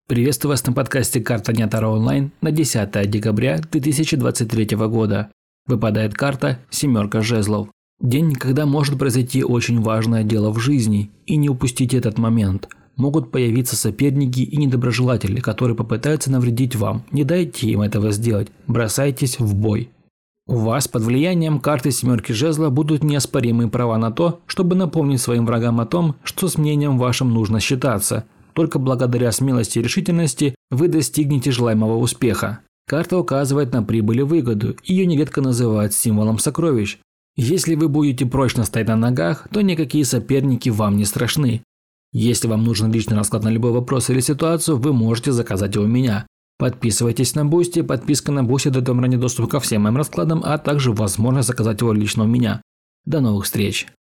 Приветствую вас на подкасте «Карта дня Таро онлайн» на 10 декабря 2023 года. Выпадает карта «Семерка жезлов». День, когда может произойти очень важное дело в жизни, и не упустите этот момент. Могут появиться соперники и недоброжелатели, которые попытаются навредить вам. Не дайте им этого сделать, бросайтесь в бой. У вас под влиянием карты «Семерки жезла» будут неоспоримые права на то, чтобы напомнить своим врагам о том, что с мнением вашим нужно считаться. Только благодаря смелости и решительности вы достигнете желаемого успеха. Карта указывает на прибыль и выгоду, ее нередко называют символом сокровищ. Если вы будете прочно стоять на ногах, то никакие соперники вам не страшны. Если вам нужен личный расклад на любой вопрос или ситуацию, вы можете заказать его у меня. Подписывайтесь на Boosty, подписка на Boosty дает вам ранний доступ ко всем моим раскладам, а также возможность заказать его лично у меня. До новых встреч!